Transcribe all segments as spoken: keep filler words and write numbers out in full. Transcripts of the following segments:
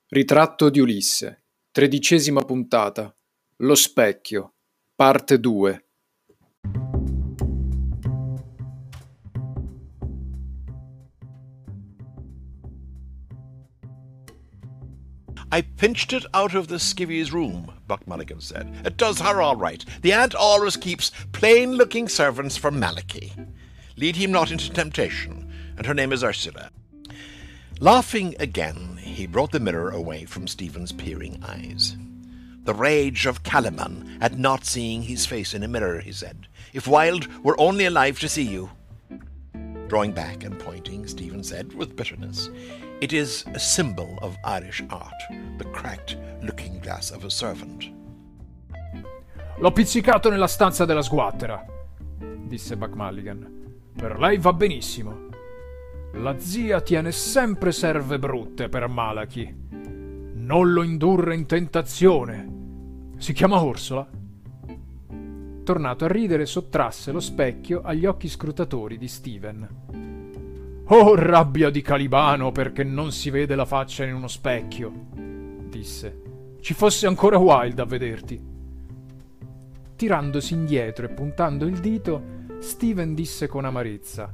Ritratto di Ulisse, tredicesima puntata, Lo specchio, parte due. I pinched it out of the skivvy's room, Buck Mulligan said. It does her all right. The aunt always keeps plain-looking servants for Malachi. Lead him not into temptation, and her name is Ursula. Laughing again, he brought the mirror away from Stephen's peering eyes. The rage of Caliban at not seeing his face in a mirror, he said. If Wilde were only alive to see you. Drawing back and pointing, Stephen said with bitterness, it is a symbol of Irish art, the cracked looking glass of a servant. L'ho pizzicato nella stanza della sguattera, disse Buck Mulligan. Per lei va benissimo. La zia tiene sempre serve brutte per Malachi. Non lo indurre in tentazione. Si chiama Orsola. Tornato a ridere, sottrasse lo specchio agli occhi scrutatori di Stephen. Oh, rabbia di Calibano perché non si vede la faccia in uno specchio, disse. Ci fosse ancora Wilde a vederti. Tirandosi indietro e puntando il dito, Stephen disse con amarezza.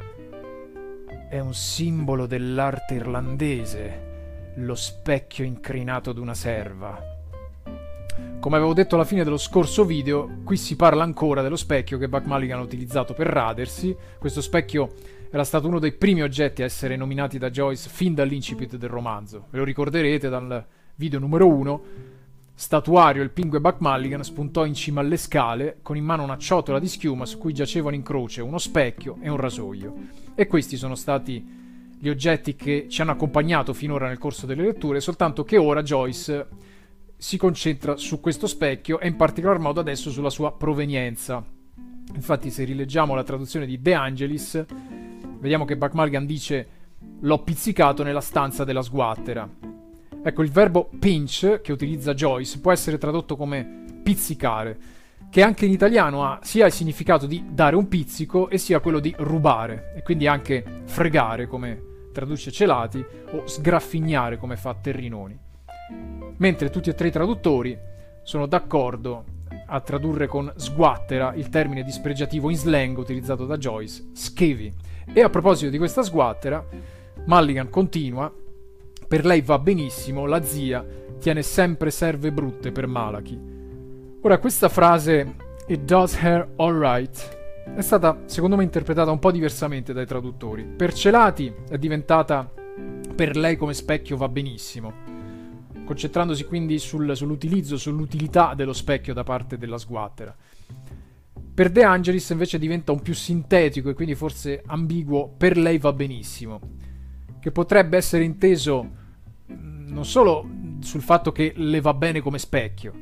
È un simbolo dell'arte irlandese, lo specchio incrinato d'una serva. Come avevo detto alla fine dello scorso video, qui si parla ancora dello specchio che Buck Mulligan ha utilizzato per radersi. Questo specchio era stato uno dei primi oggetti a essere nominati da Joyce fin dall'incipit del romanzo. Ve lo ricorderete dal video numero uno. Statuario il pingue Buck Mulligan spuntò in cima alle scale con in mano una ciotola di schiuma su cui giacevano in croce uno specchio e un rasoio. E questi sono stati gli oggetti che ci hanno accompagnato finora nel corso delle letture, soltanto che ora Joyce si concentra su questo specchio e in particolar modo adesso sulla sua provenienza. Infatti, se rileggiamo la traduzione di De Angelis, vediamo che Buck Mulligan dice l'ho pizzicato nella stanza della sguattera. Ecco, il verbo pinch che utilizza Joyce può essere tradotto come pizzicare, che anche in italiano ha sia il significato di dare un pizzico e sia quello di rubare, e quindi anche fregare, come traduce Celati, o sgraffignare, come fa Terrinoni. Mentre tutti e tre i traduttori sono d'accordo a tradurre con sguattera il termine dispregiativo in slang utilizzato da Joyce, skivvy. E a proposito di questa sguattera, Mulligan continua: per lei va benissimo, la zia tiene sempre serve brutte per Malachi. Ora, questa frase, it does her all right, è stata secondo me interpretata un po' diversamente dai traduttori. Per Celati è diventata per lei come specchio va benissimo, concentrandosi quindi sul, sull'utilizzo, sull'utilità dello specchio da parte della sguattera. Per De Angelis invece diventa un più sintetico e quindi forse ambiguo per lei va benissimo, che potrebbe essere inteso non solo sul fatto che le va bene come specchio,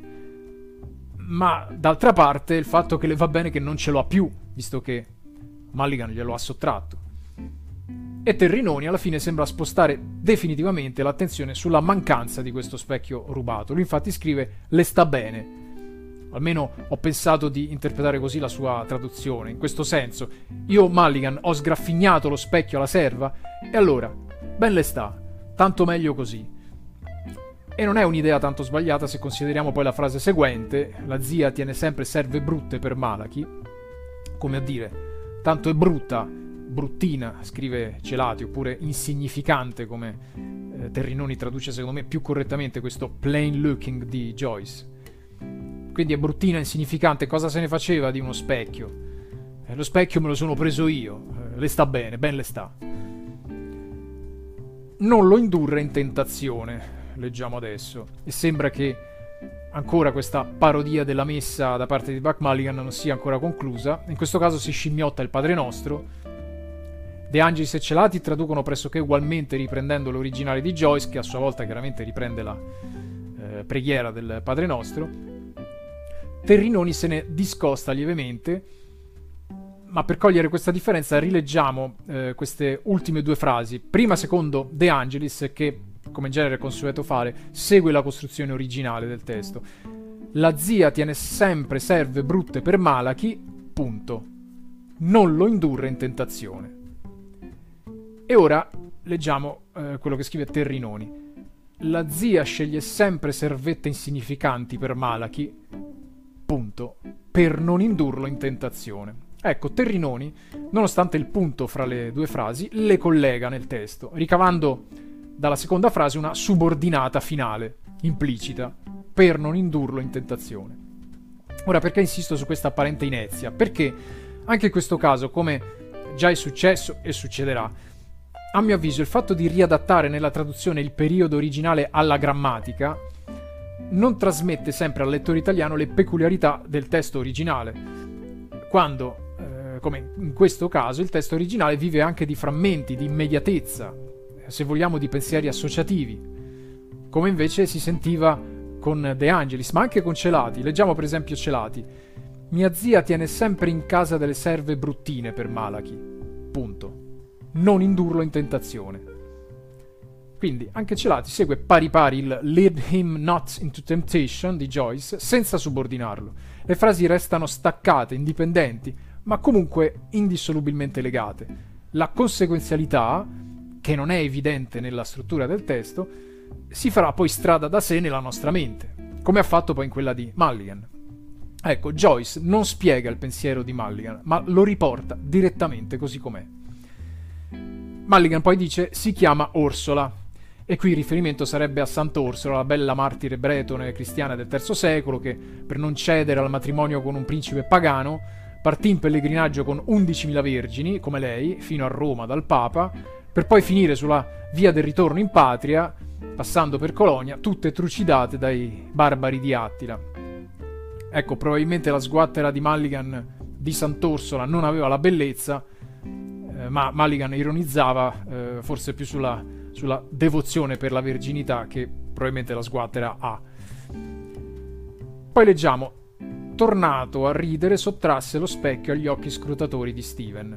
ma d'altra parte il fatto che le va bene che non ce lo ha più, visto che Mulligan glielo ha sottratto. E Terrinoni alla fine sembra spostare definitivamente l'attenzione sulla mancanza di questo specchio rubato. Lui infatti scrive le sta bene. Almeno ho pensato di interpretare così la sua traduzione, in questo senso. Io, Mulligan, ho sgraffignato lo specchio alla serva, e allora, ben le sta, tanto meglio così. E non è un'idea tanto sbagliata se consideriamo poi la frase seguente, la zia tiene sempre serve brutte per Malachi, come a dire, tanto è brutta, bruttina, scrive Celati, oppure insignificante, come eh, Terrinoni traduce secondo me più correttamente questo plain looking di Joyce. Quindi è bruttina, insignificante, cosa se ne faceva di uno specchio? Eh, lo specchio me lo sono preso io, eh, le sta bene, ben le sta. Non lo indurre in tentazione, leggiamo adesso, e sembra che ancora questa parodia della messa da parte di Buck Mulligan non sia ancora conclusa. In questo caso si scimmiotta il Padre Nostro. De Angelis e Celati traducono pressoché ugualmente riprendendo l'originale di Joyce, che a sua volta chiaramente riprende la eh, preghiera del Padre Nostro. Terrinoni se ne discosta lievemente, ma per cogliere questa differenza rileggiamo eh, queste ultime due frasi. Prima secondo De Angelis, che, come in genere è consueto fare, segue la costruzione originale del testo. La zia tiene sempre serve brutte per Malachi, punto. Non lo indurre in tentazione. E ora leggiamo eh, quello che scrive Terrinoni. la zia sceglie sempre servette insignificanti per Malachi, punto, per non indurlo in tentazione. Ecco, Terrinoni, nonostante il punto fra le due frasi, le collega nel testo, ricavando dalla seconda frase una subordinata finale, implicita, per non indurlo in tentazione. Ora, perché insisto su questa apparente inezia? Perché anche in questo caso, come già è successo e succederà, a mio avviso il fatto di riadattare nella traduzione il periodo originale alla grammatica non trasmette sempre al lettore italiano le peculiarità del testo originale, quando, eh, come in questo caso, il testo originale vive anche di frammenti, di immediatezza, se vogliamo di pensieri associativi, come invece si sentiva con De Angelis, ma anche con Celati. Leggiamo per esempio Celati. Mia zia tiene sempre in casa delle serve bruttine per Malachi. Punto. Non indurlo in tentazione. Quindi anche Celati segue pari pari il lead him not into temptation di Joyce senza subordinarlo. Le frasi restano staccate, indipendenti, ma comunque indissolubilmente legate. La conseguenzialità, che non è evidente nella struttura del testo, si farà poi strada da sé nella nostra mente, come ha fatto poi in quella di Mulligan. Ecco, Joyce non spiega il pensiero di Mulligan, ma lo riporta direttamente così com'è. Mulligan poi dice si chiama Orsola, e qui il riferimento sarebbe a Sant'Orsola, la bella martire bretone cristiana del terzo secolo che, per non cedere al matrimonio con un principe pagano, partì in pellegrinaggio con undicimila vergini, come lei, fino a Roma dal Papa, per poi finire sulla via del ritorno in patria, passando per Colonia, tutte trucidate dai barbari di Attila. Ecco, probabilmente la sguattera di Mulligan di Sant'Orsola non aveva la bellezza, eh, ma Mulligan ironizzava eh, forse più sulla, sulla devozione per la verginità che probabilmente la sguattera ha. Poi leggiamo: tornato a ridere, sottrasse lo specchio agli occhi scrutatori di Steven.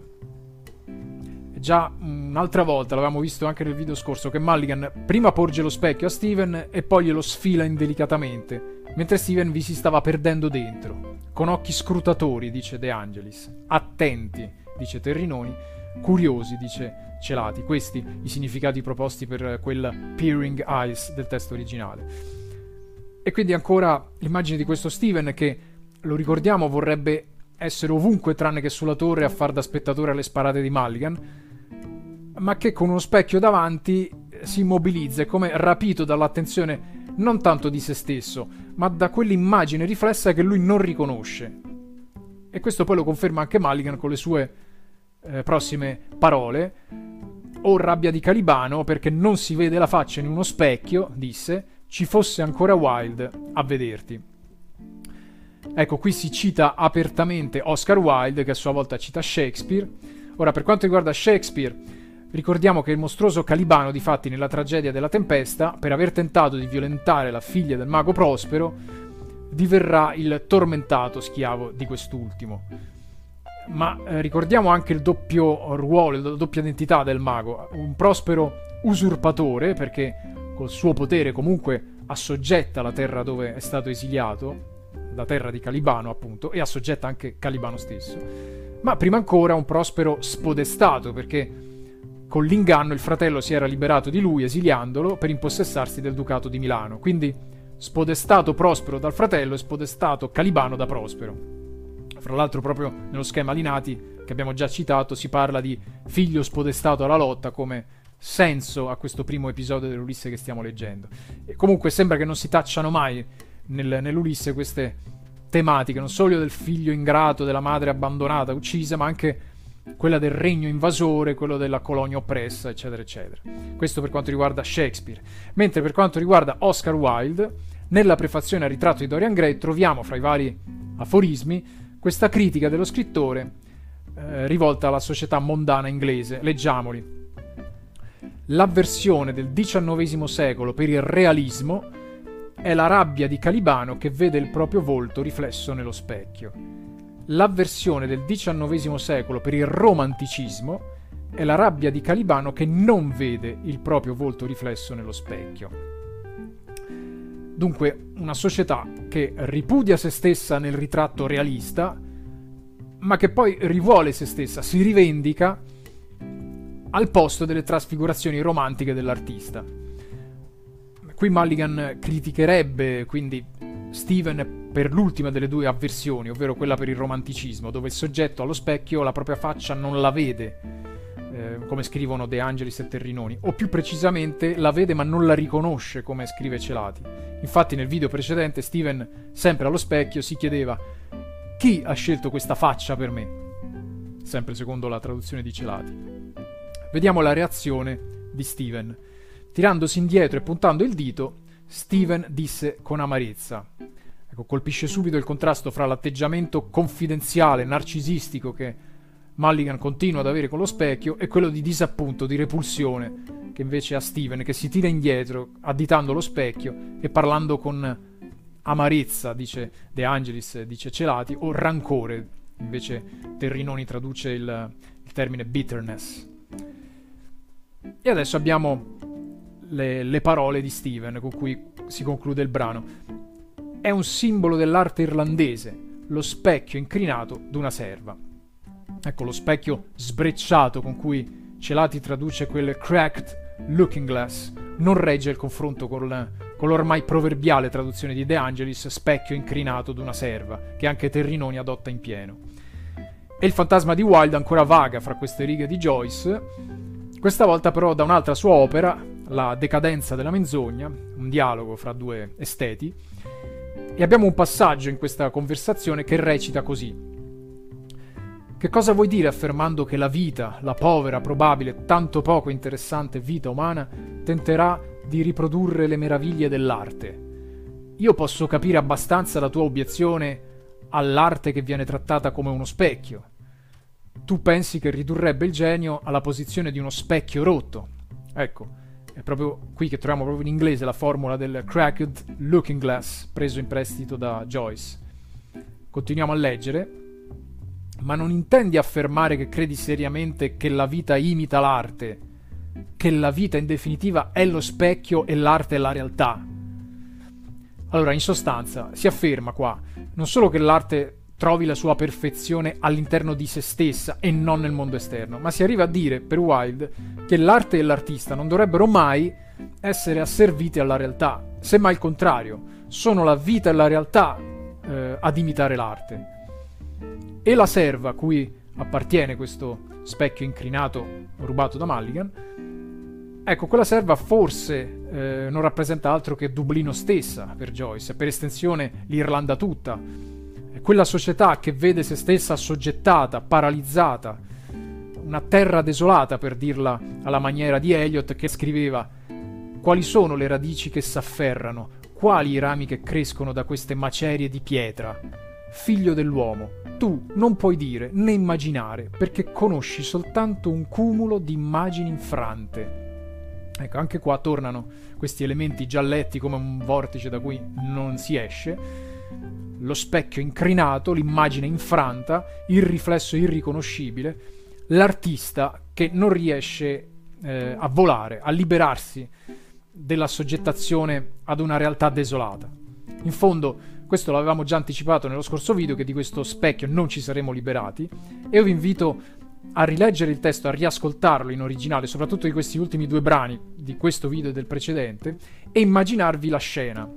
Già un'altra volta, l'avevamo visto anche nel video scorso, che Mulligan prima porge lo specchio a Steven e poi glielo sfila indelicatamente, mentre Steven vi si stava perdendo dentro. Con occhi scrutatori, dice De Angelis. Attenti, dice Terrinoni. Curiosi, dice Celati. Questi i significati proposti per quel peering eyes del testo originale. E quindi ancora l'immagine di questo Steven che, lo ricordiamo, vorrebbe essere ovunque tranne che sulla torre a far da spettatore alle sparate di Mulligan, ma che con uno specchio davanti si immobilizza, è come rapito dall'attenzione non tanto di se stesso, ma da quell'immagine riflessa che lui non riconosce. E questo poi lo conferma anche Mulligan con le sue eh, prossime parole. «O rabbia di Calibano, perché non si vede la faccia in uno specchio», disse, «ci fosse ancora Wilde a vederti». Ecco, qui si cita apertamente Oscar Wilde, che a sua volta cita Shakespeare. Ora, per quanto riguarda Shakespeare, ricordiamo che il mostruoso Calibano, difatti, nella tragedia della Tempesta, per aver tentato di violentare la figlia del mago Prospero, diverrà il tormentato schiavo di quest'ultimo. Ma eh, ricordiamo anche il doppio ruolo, la doppia identità del mago. Un Prospero usurpatore, perché col suo potere comunque assoggetta la terra dove è stato esiliato, la terra di Calibano appunto, e assoggetta anche Calibano stesso. Ma prima ancora un Prospero spodestato, perché con l'inganno il fratello si era liberato di lui esiliandolo per impossessarsi del ducato di Milano. Quindi spodestato Prospero dal fratello e spodestato Calibano da Prospero. Fra l'altro, proprio nello schema Linati che abbiamo già citato, si parla di figlio spodestato alla lotta come senso a questo primo episodio dell'Ulisse che stiamo leggendo. E comunque sembra che non si tacciano mai nel, nell'Ulisse queste tematiche, non solo del figlio ingrato, della madre abbandonata, uccisa, ma anche quella del regno invasore, quello della colonia oppressa, eccetera eccetera. Questo per quanto riguarda Shakespeare. Mentre per quanto riguarda Oscar Wilde, nella prefazione al ritratto di Dorian Gray troviamo fra i vari aforismi questa critica dello scrittore eh, rivolta alla società mondana inglese. Leggiamoli. L'avversione del diciannovesimo secolo per il realismo è la rabbia di Calibano che vede il proprio volto riflesso nello specchio. L'avversione del diciannovesimo secolo per il romanticismo è la rabbia di Calibano che non vede il proprio volto riflesso nello specchio. Dunque, una società che ripudia se stessa nel ritratto realista, ma che poi rivuole se stessa, si rivendica al posto delle trasfigurazioni romantiche dell'artista. Qui Mulligan criticherebbe quindi Steven per l'ultima delle due avversioni, ovvero quella per il romanticismo, dove il soggetto allo specchio la propria faccia non la vede, eh, come scrivono De Angelis e Terrinoni, o più precisamente la vede ma non la riconosce, come scrive Celati. Infatti nel video precedente Steven, sempre allo specchio, si chiedeva: chi ha scelto questa faccia per me? Sempre secondo la traduzione di Celati. Vediamo la reazione di Steven. Tirandosi indietro e puntando il dito, Steven disse con amarezza. Ecco, colpisce subito il contrasto fra l'atteggiamento confidenziale, narcisistico che Mulligan continua ad avere con lo specchio e quello di disappunto, di repulsione che invece ha Steven, che si tira indietro additando lo specchio e parlando con amarezza, dice De Angelis, dice Celati, o rancore, invece Terrinoni traduce il, il termine bitterness. E adesso abbiamo Le, le parole di Steven con cui si conclude il brano. È un simbolo dell'arte irlandese, lo specchio incrinato d'una serva. Ecco, lo specchio sbrecciato con cui Celati traduce quel cracked looking glass non regge il confronto con, la, con l'ormai proverbiale traduzione di De Angelis, specchio incrinato d'una serva, che anche Terrinoni adotta in pieno. E il fantasma di Wilde ancora vaga fra queste righe di Joyce, questa volta però da un'altra sua opera, La decadenza della menzogna, un dialogo fra due esteti, e abbiamo un passaggio in questa conversazione che recita così: che cosa vuoi dire affermando che la vita, la povera, probabile, tanto poco interessante vita umana, tenterà di riprodurre le meraviglie dell'arte? Io posso capire abbastanza la tua obiezione all'arte che viene trattata come uno specchio. Tu pensi che ridurrebbe il genio alla posizione di uno specchio rotto. Ecco, è proprio qui che troviamo proprio in inglese la formula del cracked looking glass preso in prestito da Joyce. Continuiamo a leggere. Ma non intendi affermare che credi seriamente che la vita imita l'arte? Che la vita in definitiva è lo specchio e l'arte è la realtà? Allora, in sostanza, si afferma qua non solo che l'arte trovi la sua perfezione all'interno di se stessa e non nel mondo esterno, ma si arriva a dire, per Wilde, che l'arte e l'artista non dovrebbero mai essere asserviti alla realtà, semmai il contrario, sono la vita e la realtà eh, ad imitare l'arte. E la serva a cui appartiene questo specchio incrinato rubato da Mulligan, ecco, quella serva forse eh, non rappresenta altro che Dublino stessa per Joyce, e per estensione l'Irlanda tutta, quella società che vede se stessa assoggettata, paralizzata, una terra desolata, per dirla alla maniera di Eliot, che scriveva: quali sono le radici che s'afferrano, quali i rami che crescono da queste macerie di pietra? Figlio dell'uomo, tu non puoi dire né immaginare, perché conosci soltanto un cumulo di immagini infrante. Ecco, anche qua tornano questi elementi già letti come un vortice da cui non si esce. Lo specchio incrinato, l'immagine infranta, il riflesso irriconoscibile, l'artista che non riesce eh, a volare, a liberarsi della soggettazione ad una realtà desolata. In fondo, questo l'avevamo già anticipato nello scorso video, che di questo specchio non ci saremo liberati, e io vi invito a rileggere il testo, a riascoltarlo in originale, soprattutto di questi ultimi due brani, di questo video e del precedente, e immaginarvi la scena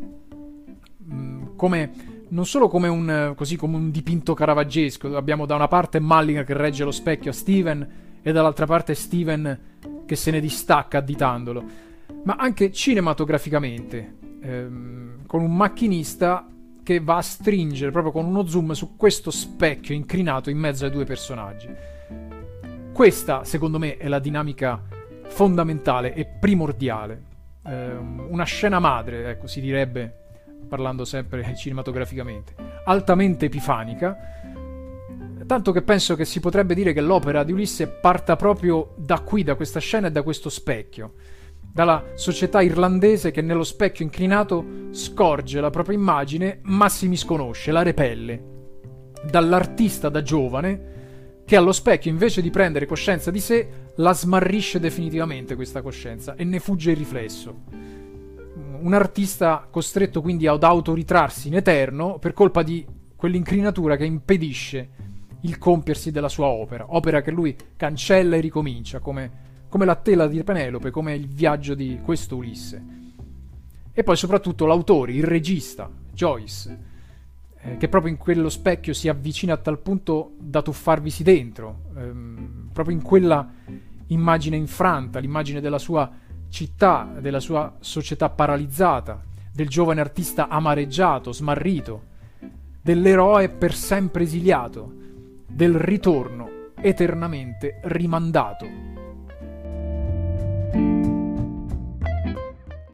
come non solo come un, così, come un dipinto caravaggesco. Abbiamo da una parte Mulligan che regge lo specchio a Steven e dall'altra parte Steven che se ne distacca additandolo, ma anche cinematograficamente, ehm, con un macchinista che va a stringere proprio con uno zoom su questo specchio incrinato in mezzo ai due personaggi. Questa, secondo me, è la dinamica fondamentale e primordiale, ehm, una scena madre, ecco, si direbbe, parlando sempre cinematograficamente, altamente epifanica, tanto che penso che si potrebbe dire che l'opera di Ulisse parta proprio da qui, da questa scena e da questo specchio, dalla società irlandese che nello specchio incrinato scorge la propria immagine ma si misconosce, la repelle, dall'artista da giovane che allo specchio, invece di prendere coscienza di sé, la smarrisce definitivamente questa coscienza e ne fugge il riflesso. Un artista costretto quindi ad autoritrarsi in eterno per colpa di quell'incrinatura che impedisce il compiersi della sua opera, opera che lui cancella e ricomincia, come, come la tela di Penelope, come il viaggio di questo Ulisse. E poi soprattutto l'autore, il regista, Joyce, eh, che proprio in quello specchio si avvicina a tal punto da tuffarvisi dentro, ehm, proprio in quella immagine infranta, l'immagine della sua città, della sua società paralizzata, del giovane artista amareggiato, smarrito, dell'eroe per sempre esiliato, del ritorno eternamente rimandato.